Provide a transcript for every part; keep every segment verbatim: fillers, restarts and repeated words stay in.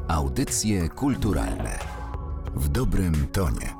Audycje kulturalne w dobrym tonie.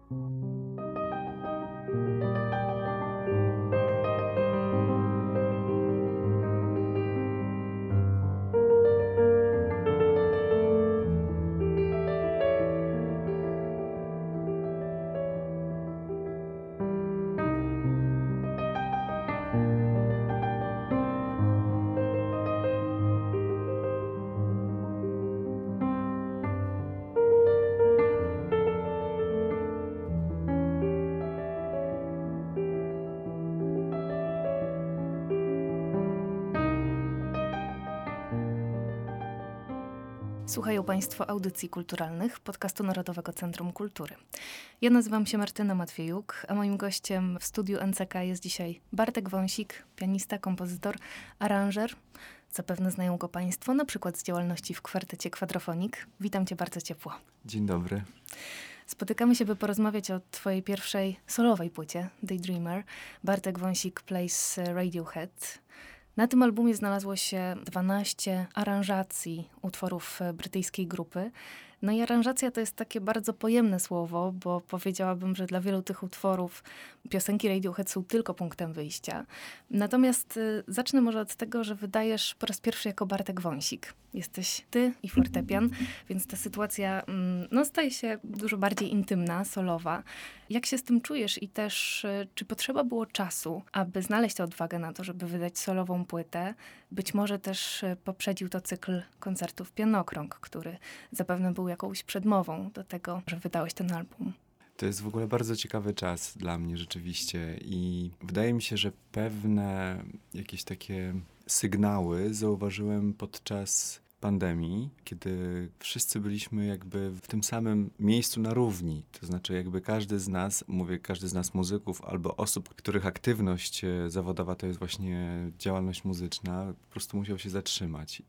Słuchają Państwo audycji kulturalnych podcastu Narodowego Centrum Kultury. Ja nazywam się Martyna Matwiejuk, a moim gościem w studiu N C K jest dzisiaj Bartek Wąsik, pianista, kompozytor, aranżer. Zapewne znają go Państwo, na przykład z działalności w kwartecie Quadrophonic. Witam Cię bardzo ciepło. Dzień dobry. Spotykamy się, by porozmawiać o Twojej pierwszej solowej płycie, Daydreamer. Bartek Wąsik plays Radiohead. Na tym albumie znalazło się dwanaście aranżacji utworów brytyjskiej grupy. No i aranżacja to jest takie bardzo pojemne słowo, bo powiedziałabym, że dla wielu tych utworów piosenki Radiohead są tylko punktem wyjścia. Natomiast y, zacznę może od tego, że wydajesz po raz pierwszy jako Bartek Wąsik. Jesteś ty i fortepian, więc ta sytuacja mm, no, staje się dużo bardziej intymna, solowa. Jak się z tym czujesz i też y, czy potrzeba było czasu, aby znaleźć tę odwagę na to, żeby wydać solową płytę? Być może też y, poprzedził to cykl koncertów Pianokrąg, który zapewne był jakąś przedmową do tego, że wydałeś ten album. To jest w ogóle bardzo ciekawy czas dla mnie rzeczywiście i wydaje mi się, że pewne jakieś takie sygnały zauważyłem podczas pandemii, kiedy wszyscy byliśmy jakby w tym samym miejscu na równi. To znaczy jakby każdy z nas, mówię każdy z nas muzyków albo osób, których aktywność zawodowa to jest właśnie działalność muzyczna, po prostu musiał się zatrzymać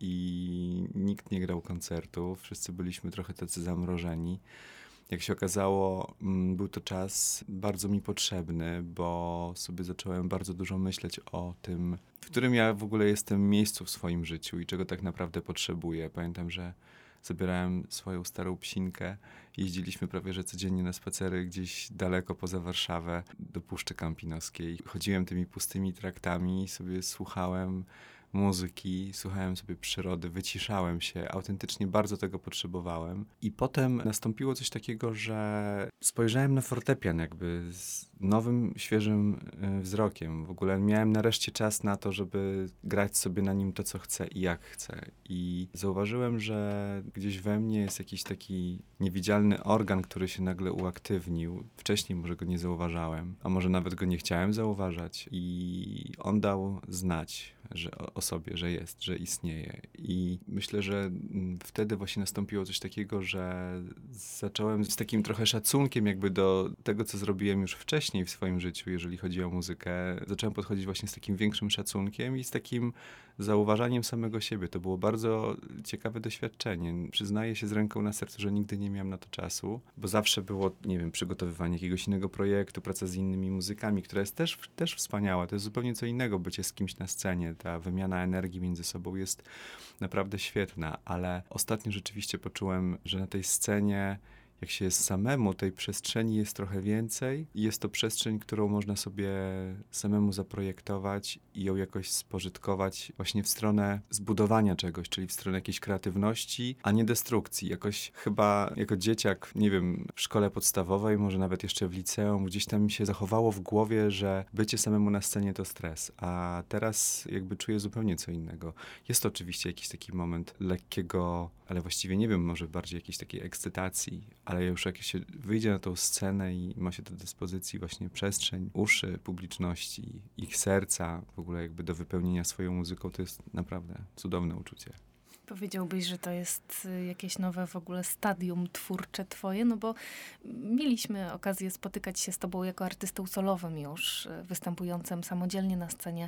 i nikt nie grał koncertów, wszyscy byliśmy trochę tacy zamrożeni. Jak się okazało, był to czas bardzo mi potrzebny, bo sobie zacząłem bardzo dużo myśleć o tym, w którym ja w ogóle jestem miejscu w swoim życiu i czego tak naprawdę potrzebuję. Pamiętam, że zabierałem swoją starą psinkę, jeździliśmy prawie że codziennie na spacery gdzieś daleko poza Warszawę do Puszczy Kampinoskiej. Chodziłem tymi pustymi traktami, sobie słuchałem muzyki, słuchałem sobie przyrody, wyciszałem się, autentycznie bardzo tego potrzebowałem. I potem nastąpiło coś takiego, że spojrzałem na fortepian jakby z nowym, świeżym y, wzrokiem. W ogóle miałem nareszcie czas na to, żeby grać sobie na nim to, co chcę i jak chcę. I zauważyłem, że gdzieś we mnie jest jakiś taki niewidzialny organ, który się nagle uaktywnił. Wcześniej może go nie zauważałem, a może nawet go nie chciałem zauważać. I on dał znać, że o sobie, że jest, że istnieje. I myślę, że wtedy właśnie nastąpiło coś takiego, że zacząłem z takim trochę szacunkiem jakby do tego, co zrobiłem już wcześniej w swoim życiu, jeżeli chodzi o muzykę. Zacząłem podchodzić właśnie z takim większym szacunkiem i z takim zauważaniem samego siebie. To było bardzo ciekawe doświadczenie. Przyznaję się z ręką na sercu, że nigdy nie miałem na to czasu, bo zawsze było, nie wiem, przygotowywanie jakiegoś innego projektu, praca z innymi muzykami, która jest też, też wspaniała. To jest zupełnie co innego bycie z kimś na scenie. Ta wymiana energii między sobą jest naprawdę świetna, ale ostatnio rzeczywiście poczułem, że na tej scenie, jak się jest samemu, tej przestrzeni jest trochę więcej i jest to przestrzeń, którą można sobie samemu zaprojektować i ją jakoś spożytkować właśnie w stronę zbudowania czegoś, czyli w stronę jakiejś kreatywności, a nie destrukcji. Jakoś chyba jako dzieciak, nie wiem, w szkole podstawowej, może nawet jeszcze w liceum, gdzieś tam mi się zachowało w głowie, że bycie samemu na scenie to stres, a teraz jakby czuję zupełnie co innego. Jest to oczywiście jakiś taki moment lekkiego, ale właściwie nie wiem, może bardziej jakiejś takiej ekscytacji, ale już jak się wyjdzie na tą scenę i ma się do dyspozycji właśnie przestrzeń, uszy publiczności, ich serca, w ogóle jakby do wypełnienia swoją muzyką, to jest naprawdę cudowne uczucie. Powiedziałbyś, że to jest jakieś nowe w ogóle stadium twórcze twoje, no bo mieliśmy okazję spotykać się z tobą jako artystą solowym już, występującym samodzielnie na scenie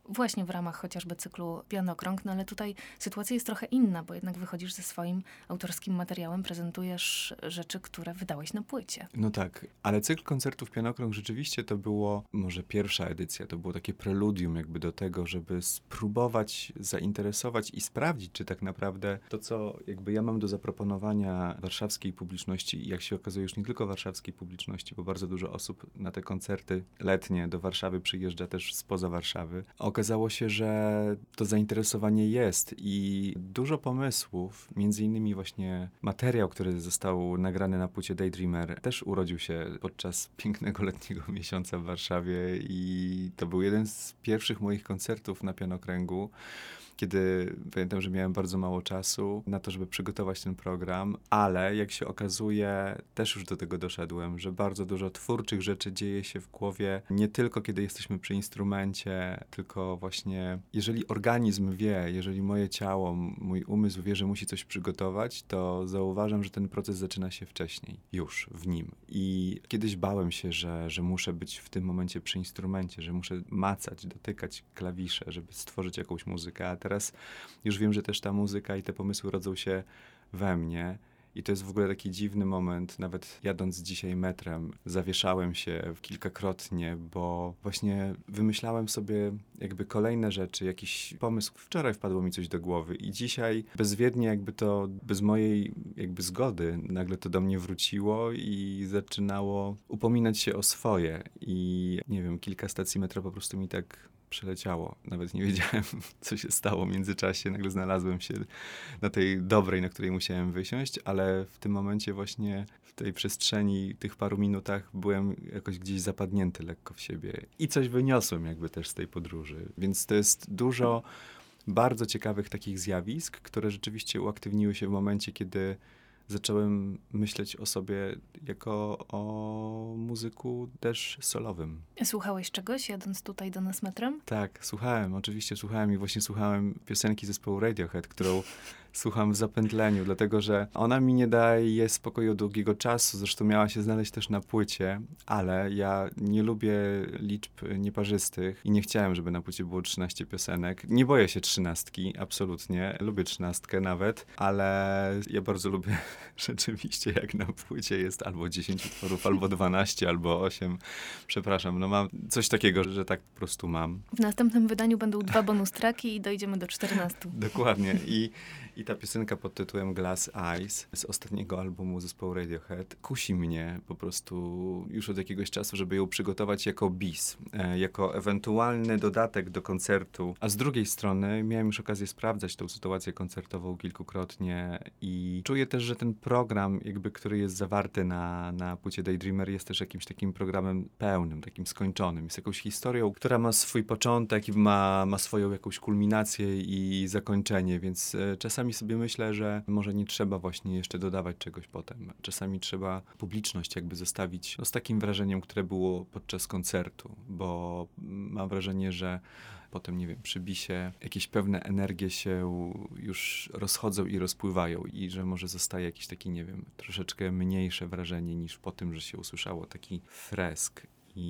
właśnie w ramach chociażby cyklu Pianokrąg, no ale tutaj sytuacja jest trochę inna, bo jednak wychodzisz ze swoim autorskim materiałem, prezentujesz rzeczy, które wydałeś na płycie. No tak, ale cykl koncertów Pianokrąg rzeczywiście to było może pierwsza edycja, to było takie preludium jakby do tego, żeby spróbować zainteresować i sprawdzić, czy tak naprawdę to, co jakby ja mam do zaproponowania warszawskiej publiczności i jak się okazuje już nie tylko warszawskiej publiczności, bo bardzo dużo osób na te koncerty letnie do Warszawy przyjeżdża też spoza Warszawy. Okazało się, że to zainteresowanie jest i dużo pomysłów, między innymi właśnie materiał, który został nagrany na płycie Daydreamer, też urodził się podczas pięknego letniego miesiąca w Warszawie i to był jeden z pierwszych moich koncertów na Pianokręgu, kiedy pamiętam, że miałem bardzo mało czasu na to, żeby przygotować ten program, ale jak się okazuje, też już do tego doszedłem, że bardzo dużo twórczych rzeczy dzieje się w głowie, nie tylko kiedy jesteśmy przy instrumencie, tylko właśnie jeżeli organizm wie, jeżeli moje ciało, mój umysł wie, że musi coś przygotować, to zauważam, że ten proces zaczyna się wcześniej, już w nim. I kiedyś bałem się, że, że muszę być w tym momencie przy instrumencie, że muszę macać, dotykać klawisze, żeby stworzyć jakąś muzykę, a teraz już wiem, że też ta muzyka i te pomysły rodzą się we mnie i to jest w ogóle taki dziwny moment, nawet jadąc dzisiaj metrem, zawieszałem się kilkakrotnie, bo właśnie wymyślałem sobie jakby kolejne rzeczy, jakiś pomysł. Wczoraj wpadło mi coś do głowy i dzisiaj bezwiednie jakby to, bez mojej jakby zgody, nagle to do mnie wróciło i zaczynało upominać się o swoje i nie wiem, kilka stacji metra po prostu mi tak przeleciało. Nawet nie wiedziałem, co się stało w międzyczasie. Nagle znalazłem się na tej dobrej, na której musiałem wysiąść, ale w tym momencie właśnie w tej przestrzeni, tych paru minutach byłem jakoś gdzieś zapadnięty lekko w siebie. I coś wyniosłem jakby też z tej podróży. Więc to jest dużo bardzo ciekawych takich zjawisk, które rzeczywiście uaktywniły się w momencie, kiedy zacząłem myśleć o sobie jako o muzyku też solowym. Słuchałeś czegoś, jadąc tutaj do nas metrem? Tak, słuchałem, oczywiście słuchałem i właśnie słuchałem piosenki zespołu Radiohead, którą słucham w zapętleniu, dlatego że ona mi nie daje spokoju od długiego czasu, zresztą miała się znaleźć też na płycie, ale ja nie lubię liczb nieparzystych i nie chciałem, żeby na płycie było trzynaście piosenek. Nie boję się trzynastki, absolutnie, lubię trzynastkę nawet, ale ja bardzo lubię rzeczywiście, jak na płycie jest albo dziesięć utworów, albo dwanaście, albo osiem. Przepraszam, no mam coś takiego, że tak po prostu mam. W następnym wydaniu będą dwa bonus tracki i dojdziemy do czternastu. Dokładnie. I, i ta piosenka pod tytułem Glass Eyes z ostatniego albumu zespołu Radiohead kusi mnie po prostu już od jakiegoś czasu, żeby ją przygotować jako bis, e, jako ewentualny dodatek do koncertu. A z drugiej strony miałem już okazję sprawdzać tą sytuację koncertową kilkukrotnie i czuję też, że ten program, jakby, który jest zawarty na, na płycie Daydreamer, jest też jakimś takim programem pełnym, takim skończonym. Jest jakąś historią, która ma swój początek i ma, ma swoją jakąś kulminację i zakończenie, więc e, czasami sobie myślę, że może nie trzeba właśnie jeszcze dodawać czegoś potem. Czasami trzeba publiczność jakby zostawić no, z takim wrażeniem, które było podczas koncertu, bo mam wrażenie, że potem, nie wiem, przy bisie jakieś pewne energie się już rozchodzą i rozpływają i że może zostaje jakieś takie, nie wiem, troszeczkę mniejsze wrażenie niż po tym, że się usłyszało taki fresk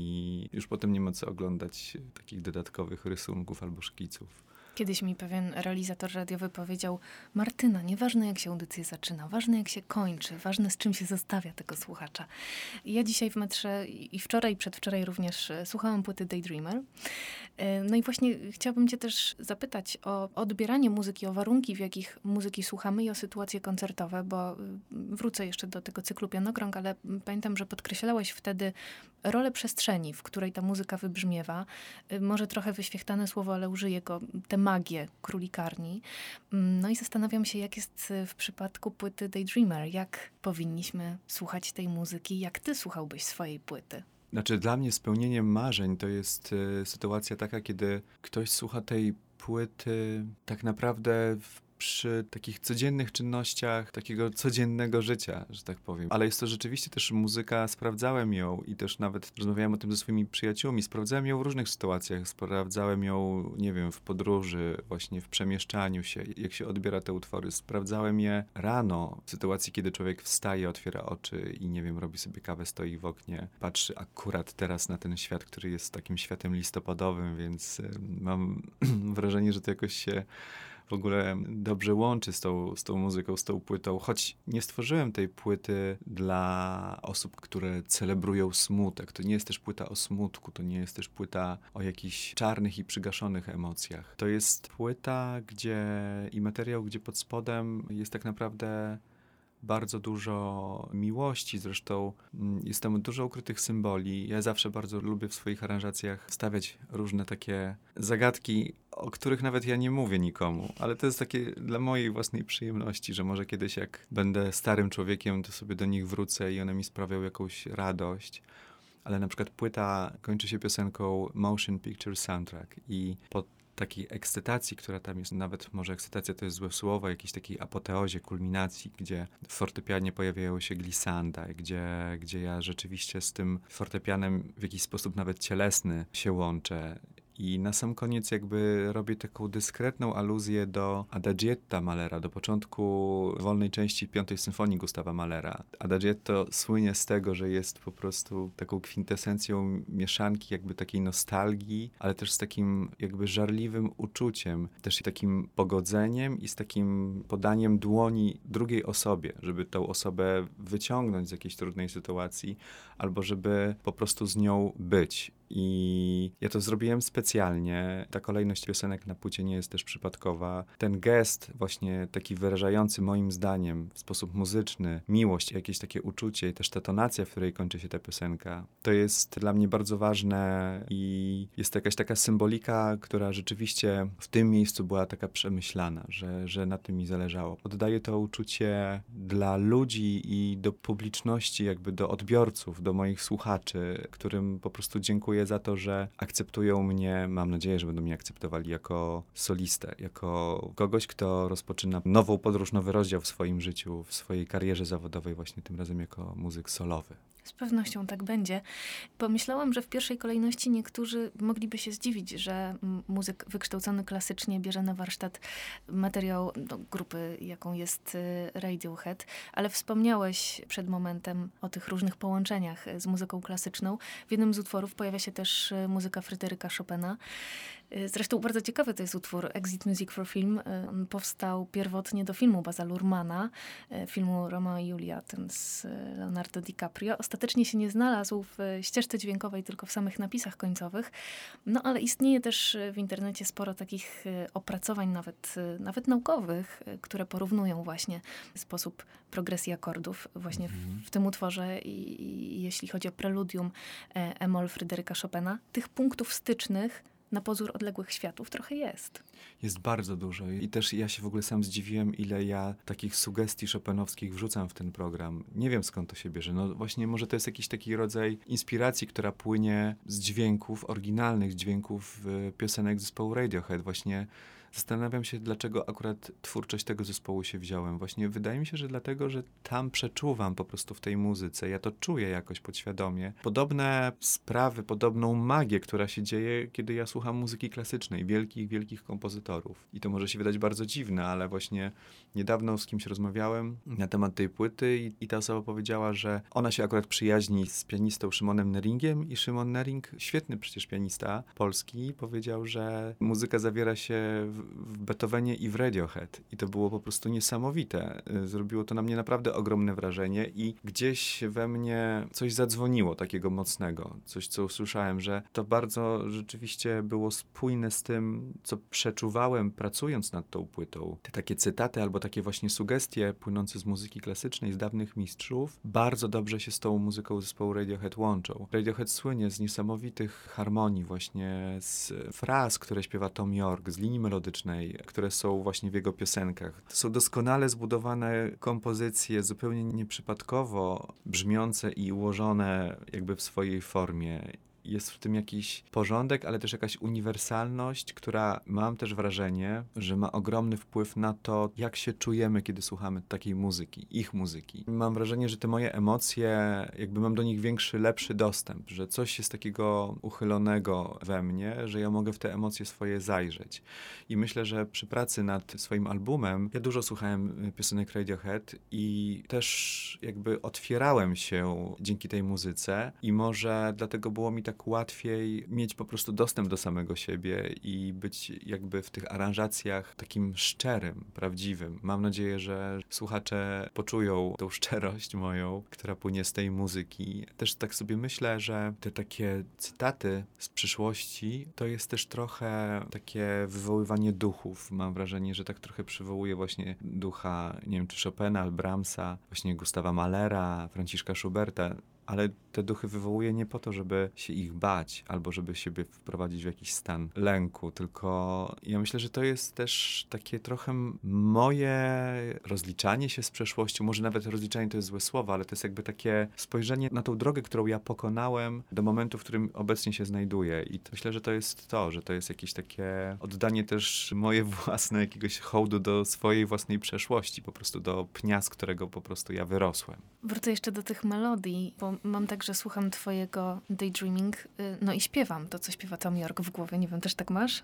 i już potem nie ma co oglądać takich dodatkowych rysunków albo szkiców. Kiedyś mi pewien realizator radiowy powiedział: Martyna, nieważne jak się audycja zaczyna, ważne jak się kończy, ważne z czym się zostawia tego słuchacza. I ja dzisiaj w metrze i wczoraj i przedwczoraj również słuchałam płyty Daydreamer. No i właśnie chciałabym cię też zapytać o odbieranie muzyki, o warunki, w jakich muzyki słuchamy i o sytuacje koncertowe, bo wrócę jeszcze do tego cyklu Pianokrąg, ale pamiętam, że podkreślałeś wtedy rolę przestrzeni, w której ta muzyka wybrzmiewa. Może trochę wyświechtane słowo, ale użyję go, tę magię królikarni. No i zastanawiam się, jak jest w przypadku płyty Daydreamer. Jak powinniśmy słuchać tej muzyki? Jak ty słuchałbyś swojej płyty? Znaczy, dla mnie spełnieniem marzeń to jest y, sytuacja taka, kiedy ktoś słucha tej płyty tak naprawdę w przy takich codziennych czynnościach, takiego codziennego życia, że tak powiem. Ale jest to rzeczywiście też muzyka, sprawdzałem ją i też nawet rozmawiałem o tym ze swoimi przyjaciółmi, sprawdzałem ją w różnych sytuacjach, sprawdzałem ją, nie wiem, w podróży, właśnie w przemieszczaniu się, jak się odbiera te utwory. Sprawdzałem je rano, w sytuacji, kiedy człowiek wstaje, otwiera oczy i, nie wiem, robi sobie kawę, stoi w oknie, patrzy akurat teraz na ten świat, który jest takim światem listopadowym, więc y, mam wrażenie, że to jakoś się w ogóle dobrze łączy z tą, z tą muzyką, z tą płytą, choć nie stworzyłem tej płyty dla osób, które celebrują smutek. To nie jest też płyta o smutku, to nie jest też płyta o jakichś czarnych i przygaszonych emocjach. To jest płyta, gdzie i materiał, gdzie pod spodem jest tak naprawdę bardzo dużo miłości, zresztą jest tam dużo ukrytych symboli. Ja zawsze bardzo lubię w swoich aranżacjach stawiać różne takie zagadki, o których nawet ja nie mówię nikomu, ale to jest takie dla mojej własnej przyjemności, że może kiedyś jak będę starym człowiekiem, to sobie do nich wrócę i one mi sprawią jakąś radość. Ale na przykład płyta kończy się piosenką Motion Picture Soundtrack i pod takiej ekscytacji, która tam jest, nawet może ekscytacja to jest złe słowo, jakiejś takiej apoteozie, kulminacji, gdzie w fortepianie pojawiają się glissanda, gdzie, gdzie ja rzeczywiście z tym fortepianem w jakiś sposób nawet cielesny się łączę. I na sam koniec jakby robię taką dyskretną aluzję do Adagietta Mahlera, do początku wolnej części piątej symfonii Gustawa Mahlera. Adagietto słynie z tego, że jest po prostu taką kwintesencją mieszanki jakby takiej nostalgii, ale też z takim jakby żarliwym uczuciem, też takim pogodzeniem i z takim podaniem dłoni drugiej osobie, żeby tą osobę wyciągnąć z jakiejś trudnej sytuacji, albo żeby po prostu z nią być. I ja to zrobiłem specjalnie. Ta kolejność piosenek na płycie nie jest też przypadkowa. Ten gest właśnie taki wyrażający moim zdaniem w sposób muzyczny miłość, jakieś takie uczucie i też ta tonacja, w której kończy się ta piosenka, to jest dla mnie bardzo ważne i jest to jakaś taka symbolika, która rzeczywiście w tym miejscu była taka przemyślana, że, że na tym mi zależało. Oddaję to uczucie dla ludzi i do publiczności, jakby do odbiorców, do moich słuchaczy, którym po prostu dziękuję za to, że akceptują mnie, mam nadzieję, że będą mnie akceptowali jako solistę, jako kogoś, kto rozpoczyna nową podróż, nowy rozdział w swoim życiu, w swojej karierze zawodowej, właśnie tym razem jako muzyk solowy. Z pewnością tak będzie. Pomyślałam, że w pierwszej kolejności niektórzy mogliby się zdziwić, że muzyk wykształcony klasycznie bierze na warsztat materiał no, grupy, jaką jest Radiohead, ale wspomniałeś przed momentem o tych różnych połączeniach z muzyką klasyczną. W jednym z utworów pojawia się też muzyka Fryderyka Chopina. Zresztą bardzo ciekawy to jest utwór Exit Music for Film. On powstał pierwotnie do filmu Baza Luhrmanna, filmu Romeo i Julia, ten z Leonardo DiCaprio. Ostatecznie się nie znalazł w ścieżce dźwiękowej, tylko w samych napisach końcowych. No ale istnieje też w internecie sporo takich opracowań, nawet, nawet naukowych, które porównują właśnie sposób progresji akordów właśnie w, w tym utworze. I, i jeśli chodzi o preludium e-moll Fryderyka Chopina, tych punktów stycznych na pozór odległych światów trochę jest. Jest bardzo dużo i też ja się w ogóle sam zdziwiłem, ile ja takich sugestii chopinowskich wrzucam w ten program. Nie wiem, skąd to się bierze. No właśnie może to jest jakiś taki rodzaj inspiracji, która płynie z dźwięków, oryginalnych dźwięków piosenek zespołu Radiohead. Właśnie zastanawiam się, dlaczego akurat twórczość tego zespołu się wziąłem. Właśnie wydaje mi się, że dlatego, że tam przeczuwam po prostu w tej muzyce. Ja to czuję jakoś podświadomie. Podobne sprawy, podobną magię, która się dzieje, kiedy ja słucham muzyki klasycznej, wielkich, wielkich kompozytorów. I to może się wydać bardzo dziwne, ale właśnie niedawno z kimś rozmawiałem na temat tej płyty i, i ta osoba powiedziała, że ona się akurat przyjaźni z pianistą Szymonem Neringiem i Szymon Nering, świetny przecież pianista polski, powiedział, że muzyka zawiera się w w Beethovenie i w Radiohead. I to było po prostu niesamowite. Zrobiło to na mnie naprawdę ogromne wrażenie i gdzieś we mnie coś zadzwoniło takiego mocnego. Coś, co usłyszałem, że to bardzo rzeczywiście było spójne z tym, co przeczuwałem pracując nad tą płytą. Te takie cytaty albo takie właśnie sugestie płynące z muzyki klasycznej, z dawnych mistrzów, bardzo dobrze się z tą muzyką zespołu Radiohead łączą. Radiohead słynie z niesamowitych harmonii, właśnie z fraz, które śpiewa Tom York, z linii melodycznej, które są właśnie w jego piosenkach. To są doskonale zbudowane kompozycje, zupełnie nieprzypadkowo brzmiące i ułożone jakby w swojej formie. jest w tym jakiś porządek, ale też jakaś uniwersalność, która mam też wrażenie, że ma ogromny wpływ na to, jak się czujemy, kiedy słuchamy takiej muzyki, ich muzyki. Mam wrażenie, że te moje emocje, jakby mam do nich większy, lepszy dostęp, że coś jest takiego uchylonego we mnie, że ja mogę w te emocje swoje zajrzeć. I myślę, że przy pracy nad swoim albumem ja dużo słuchałem piosenek Radiohead i też jakby otwierałem się dzięki tej muzyce i może dlatego było mi tak łatwiej mieć po prostu dostęp do samego siebie i być jakby w tych aranżacjach takim szczerym, prawdziwym. Mam nadzieję, że słuchacze poczują tą szczerość moją, która płynie z tej muzyki. Też tak sobie myślę, że te takie cytaty z przyszłości to jest też trochę takie wywoływanie duchów. Mam wrażenie, że tak trochę przywołuje właśnie ducha, nie wiem, czy Chopina, Brahmsa, właśnie Gustawa Mahlera, Franciszka Schuberta. Ale te duchy wywołuje nie po to, żeby się ich bać, albo żeby siebie wprowadzić w jakiś stan lęku, tylko ja myślę, że to jest też takie trochę moje rozliczanie się z przeszłością, może nawet rozliczanie to jest złe słowo, ale to jest jakby takie spojrzenie na tą drogę, którą ja pokonałem do momentu, w którym obecnie się znajduję. I to myślę, że to jest to, że to jest jakieś takie oddanie też moje własne jakiegoś hołdu do swojej własnej przeszłości, po prostu do pnia, z którego po prostu ja wyrosłem. Wrócę jeszcze do tych melodii, bo mam tak, że słucham twojego Daydreaming, no i śpiewam to, co śpiewa Thom Yorke w głowie. Nie wiem, też tak masz?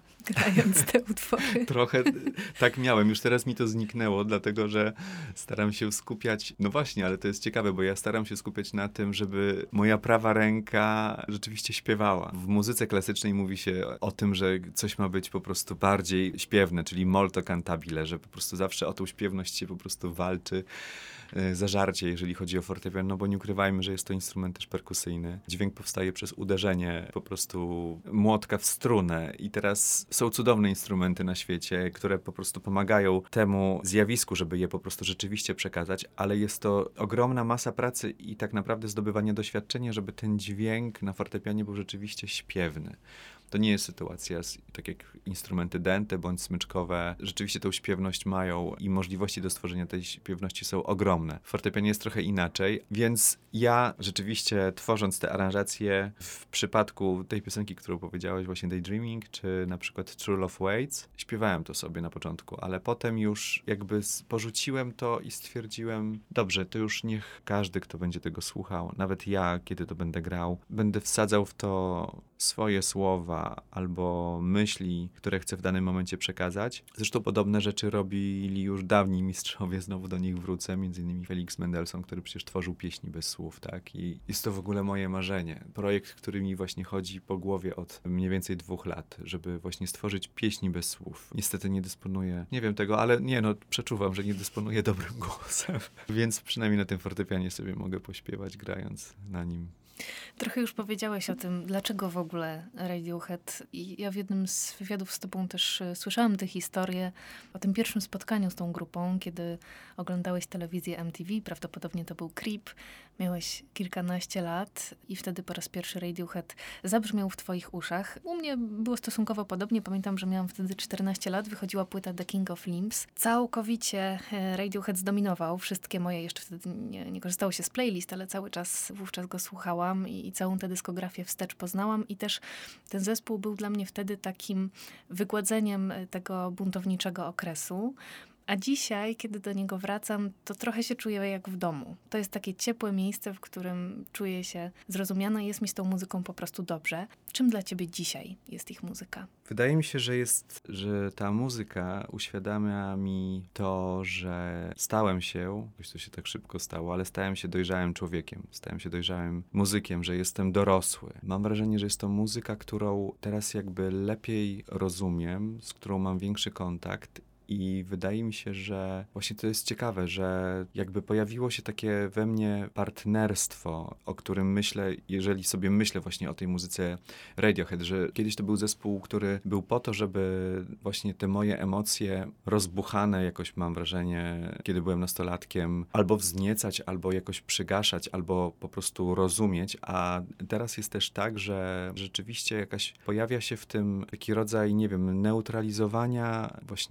Grając te utwory. Trochę tak miałem. Już teraz mi to zniknęło, dlatego że staram się skupiać... No właśnie, ale to jest ciekawe, bo ja staram się skupiać na tym, żeby moja prawa ręka rzeczywiście śpiewała. W muzyce klasycznej mówi się o tym, że coś ma być po prostu bardziej śpiewne, czyli molto cantabile, że po prostu zawsze o tą śpiewność się po prostu walczy zażarcie, jeżeli chodzi o fortepian, no bo nie ukrywajmy, że jest to instrument też perkusyjny. Dźwięk powstaje przez uderzenie po prostu młotka w strunę i teraz są cudowne instrumenty na świecie, które po prostu pomagają temu zjawisku, żeby je po prostu rzeczywiście przekazać, ale jest to ogromna masa pracy i tak naprawdę zdobywanie doświadczenia, żeby ten dźwięk na fortepianie był rzeczywiście śpiewny. To nie jest sytuacja, tak jak instrumenty dęte bądź smyczkowe, rzeczywiście tą śpiewność mają i możliwości do stworzenia tej śpiewności są ogromne. W fortepianie jest trochę inaczej, więc ja rzeczywiście tworząc te aranżacje w przypadku tej piosenki, którą powiedziałeś, właśnie Daydreaming, czy na przykład True Love Waits, śpiewałem to sobie na początku, ale potem już jakby porzuciłem to i stwierdziłem, dobrze, to już niech każdy, kto będzie tego słuchał, nawet ja, kiedy to będę grał, będę wsadzał w to swoje słowa albo myśli, które chcę w danym momencie przekazać. Zresztą podobne rzeczy robili już dawni mistrzowie, znowu do nich wrócę, między innymi Felix Mendelssohn, który przecież tworzył pieśni bez słów, tak? I jest to w ogóle moje marzenie. Projekt, który mi właśnie chodzi po głowie od mniej więcej dwóch lat, żeby właśnie stworzyć pieśni bez słów. Niestety nie dysponuję, nie wiem tego, ale nie no, przeczuwam, że nie dysponuję dobrym głosem, więc przynajmniej na tym fortepianie sobie mogę pośpiewać, grając na nim. Trochę już powiedziałeś o tym, dlaczego w ogóle Radiohead. I ja w jednym z wywiadów z tobą też słyszałam tę historię o tym pierwszym spotkaniu z tą grupą, kiedy oglądałeś telewizję M T V, prawdopodobnie to był Creep, miałeś kilkanaście lat i wtedy po raz pierwszy Radiohead zabrzmiał w twoich uszach. U mnie było stosunkowo podobnie, pamiętam, że miałam wtedy czternaście lat, wychodziła płyta The King of Limbs. Całkowicie Radiohead zdominował wszystkie moje, jeszcze wtedy nie, nie korzystało się z playlist, ale cały czas wówczas go słuchałam. I, i całą tę dyskografię wstecz poznałam i też ten zespół był dla mnie wtedy takim wygładzeniem tego buntowniczego okresu. A dzisiaj, kiedy do niego wracam, to trochę się czuję jak w domu. To jest takie ciepłe miejsce, w którym czuję się zrozumiana i jest mi z tą muzyką po prostu dobrze. Czym dla ciebie dzisiaj jest ich muzyka? Wydaje mi się, że jest, że ta muzyka uświadamia mi to, że stałem się, choć to się tak szybko stało, ale stałem się dojrzałym człowiekiem, stałem się dojrzałym muzykiem, że jestem dorosły. Mam wrażenie, że jest to muzyka, którą teraz jakby lepiej rozumiem, z którą mam większy kontakt. I wydaje mi się, że właśnie to jest ciekawe, że jakby pojawiło się takie we mnie partnerstwo, o którym myślę, jeżeli sobie myślę właśnie o tej muzyce Radiohead, że kiedyś to był zespół, który był po to, żeby właśnie te moje emocje rozbuchane jakoś, mam wrażenie, kiedy byłem nastolatkiem, albo wzniecać, albo jakoś przygaszać, albo po prostu rozumieć, a teraz jest też tak, że rzeczywiście jakaś pojawia się w tym taki rodzaj, nie wiem, neutralizowania właśnie takiej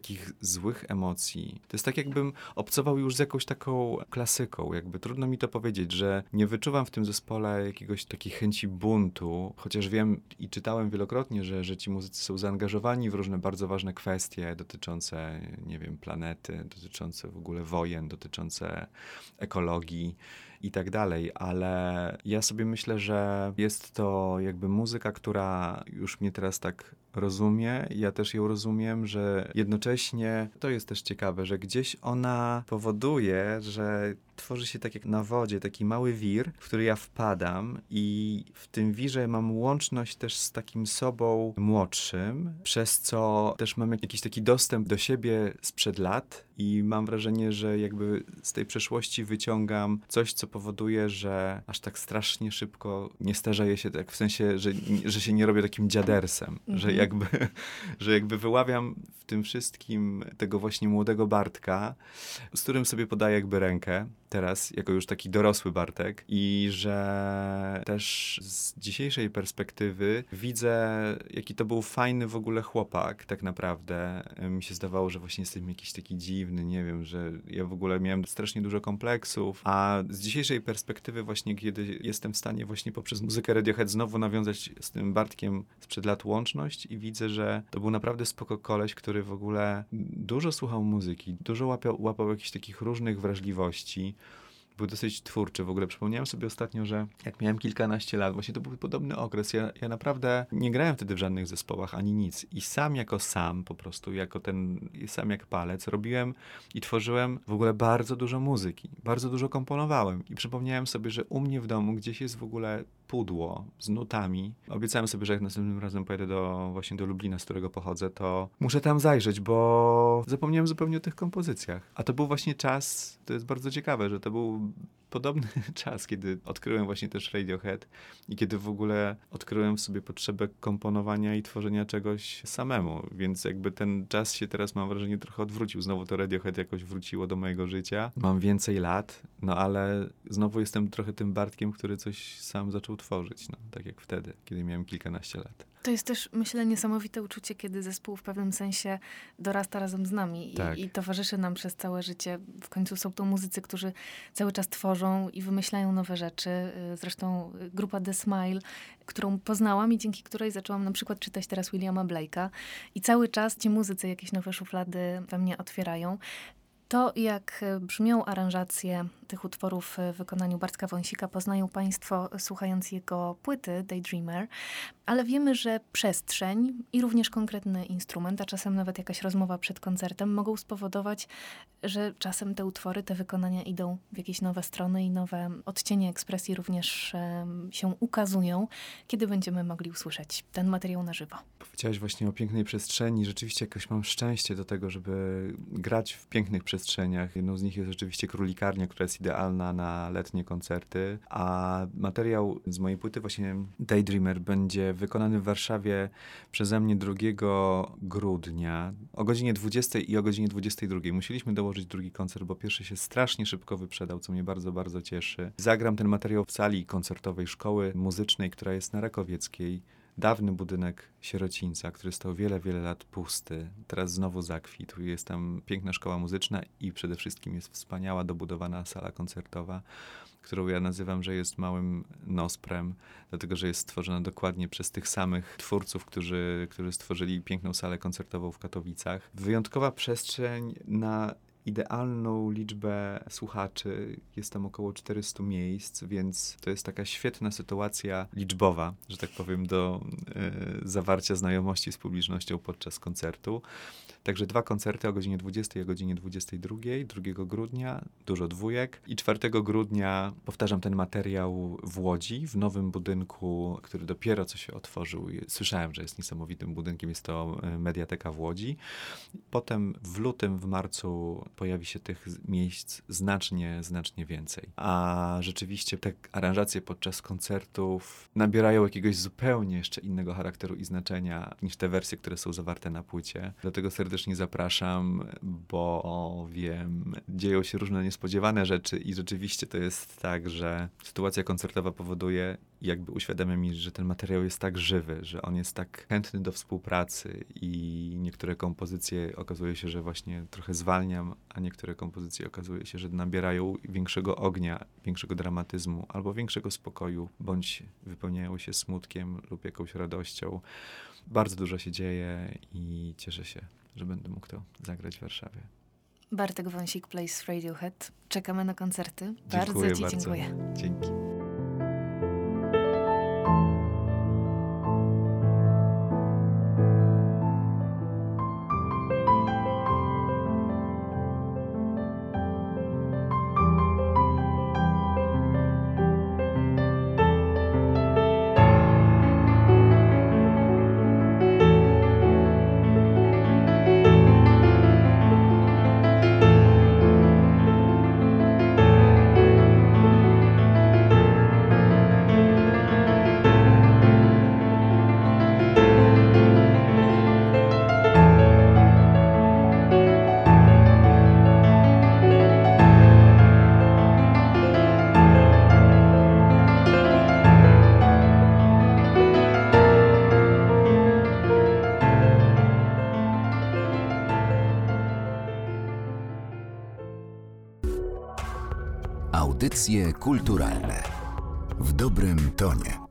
takich złych emocji. To jest tak, jakbym obcował już z jakąś taką klasyką. Jakby trudno mi to powiedzieć, że nie wyczuwam w tym zespole jakiegoś takiej chęci buntu, chociaż wiem i czytałem wielokrotnie, że, że ci muzycy są zaangażowani w różne bardzo ważne kwestie dotyczące, nie wiem, planety, dotyczące w ogóle wojen, dotyczące ekologii i tak dalej, ale ja sobie myślę, że jest to jakby muzyka, która już mnie teraz tak rozumie, ja też ją rozumiem, że jednocześnie to jest też ciekawe, że gdzieś ona powoduje, że tworzy się tak jak na wodzie, taki mały wir, w który ja wpadam i w tym wirze mam łączność też z takim sobą młodszym, przez co też mam jakiś taki dostęp do siebie sprzed lat i mam wrażenie, że jakby z tej przeszłości wyciągam coś, co powoduje, że aż tak strasznie szybko nie starzeję się, tak w sensie, że, że się nie robię takim dziadersem, mhm. że jakby, że jakby wyławiam w tym wszystkim tego właśnie młodego Bartka, z którym sobie podaję jakby rękę teraz, jako już taki dorosły Bartek i że też z dzisiejszej perspektywy widzę, jaki to był fajny w ogóle chłopak tak naprawdę. Mi się zdawało, że właśnie jestem jakiś taki dziwny, nie wiem, że ja w ogóle miałem strasznie dużo kompleksów, a z dzisiejszej perspektywy właśnie, kiedy jestem w stanie właśnie poprzez muzykę Radiohead znowu nawiązać z tym Bartkiem sprzed lat łączność i widzę, że to był naprawdę spoko koleś, który w ogóle dużo słuchał muzyki, dużo łapał, łapał jakichś takich różnych wrażliwości. Był dosyć twórczy. W ogóle przypomniałem sobie ostatnio, że jak miałem kilkanaście lat, właśnie to był podobny okres. Ja, ja naprawdę nie grałem wtedy w żadnych zespołach, ani nic. I sam jako sam, po prostu jako ten, sam jak palec, robiłem i tworzyłem w ogóle bardzo dużo muzyki. Bardzo dużo komponowałem. I przypomniałem sobie, że u mnie w domu gdzieś jest w ogóle pudło z nutami. Obiecałem sobie, że jak następnym razem pojedę do, właśnie do Lublina, z którego pochodzę, to muszę tam zajrzeć, bo zapomniałem zupełnie o tych kompozycjach. A to był właśnie czas, to jest bardzo ciekawe, że to był podobny czas, kiedy odkryłem właśnie też Radiohead i kiedy w ogóle odkryłem w sobie potrzebę komponowania i tworzenia czegoś samemu, więc jakby ten czas się teraz, mam wrażenie, trochę odwrócił. Znowu to Radiohead jakoś wróciło do mojego życia. Mam więcej lat, no ale znowu jestem trochę tym Bartkiem, który coś sam zaczął tworzyć, no, tak jak wtedy, kiedy miałem kilkanaście lat. To jest też, myślę, niesamowite uczucie, kiedy zespół w pewnym sensie dorasta razem z nami tak. i, i towarzyszy nam przez całe życie. W końcu są to muzycy, którzy cały czas tworzą i wymyślają nowe rzeczy. Zresztą grupa The Smile, którą poznałam i dzięki której zaczęłam na przykład czytać teraz Williama Blake'a. I cały czas ci muzycy jakieś nowe szuflady we mnie otwierają. To, jak brzmią aranżacje tych utworów w wykonaniu Bartka Wąsika, poznają państwo, słuchając jego płyty Daydreamer, ale wiemy, że przestrzeń i również konkretny instrument, a czasem nawet jakaś rozmowa przed koncertem mogą spowodować, że czasem te utwory, te wykonania idą w jakieś nowe strony i nowe odcienie ekspresji również um, się ukazują, kiedy będziemy mogli usłyszeć ten materiał na żywo. Powiedziałaś właśnie o pięknej przestrzeni. Rzeczywiście jakoś mam szczęście do tego, żeby grać w pięknych przestrzeniach. Jedną z nich jest oczywiście Królikarnia, która jest idealna na letnie koncerty, a materiał z mojej płyty właśnie Daydreamer będzie wykonany w Warszawie przeze mnie drugiego grudnia o godzinie dwudziestej i o godzinie dwudziestej drugiej. Musieliśmy dołożyć drugi koncert, bo pierwszy się strasznie szybko wyprzedał, co mnie bardzo, bardzo cieszy. Zagram ten materiał w sali koncertowej Szkoły Muzycznej, która jest na Rakowieckiej. Dawny budynek sierocińca, który stał wiele, wiele lat pusty. Teraz znowu zakwitł. Jest tam piękna szkoła muzyczna i przede wszystkim jest wspaniała, dobudowana sala koncertowa, którą ja nazywam, że jest małym Nosprem, dlatego że jest stworzona dokładnie przez tych samych twórców, którzy, którzy stworzyli piękną salę koncertową w Katowicach. Wyjątkowa przestrzeń na idealną liczbę słuchaczy. Jest tam około czterystu miejsc, więc to jest taka świetna sytuacja liczbowa, że tak powiem, do y, zawarcia znajomości z publicznością podczas koncertu. Także dwa koncerty o godzinie dwudziestej i o godzinie dwudziestej drugiej, drugiego grudnia, dużo dwójek. I czwartego grudnia powtarzam ten materiał w Łodzi, w nowym budynku, który dopiero co się otworzył. Słyszałem, że jest niesamowitym budynkiem, jest to Mediateka w Łodzi. Potem w lutym, w marcu pojawi się tych miejsc znacznie, znacznie więcej. A rzeczywiście te aranżacje podczas koncertów nabierają jakiegoś zupełnie jeszcze innego charakteru i znaczenia niż te wersje, które są zawarte na płycie. Dlatego serdecznie zapraszam, bo wiem, dzieją się różne niespodziewane rzeczy i rzeczywiście to jest tak, że sytuacja koncertowa powoduje jakby uświadamia mi, że ten materiał jest tak żywy, że on jest tak chętny do współpracy i niektóre kompozycje okazuje się, że właśnie trochę zwalniam, a niektóre kompozycje okazuje się, że nabierają większego ognia, większego dramatyzmu albo większego spokoju, bądź wypełniają się smutkiem lub jakąś radością. Bardzo dużo się dzieje i cieszę się, że będę mógł to zagrać w Warszawie. Bartek Wąsik Plays Radiohead. Czekamy na koncerty. Dziękuję bardzo ci bardzo. dziękuję. Dzięki. Audycje kulturalne w dobrym tonie.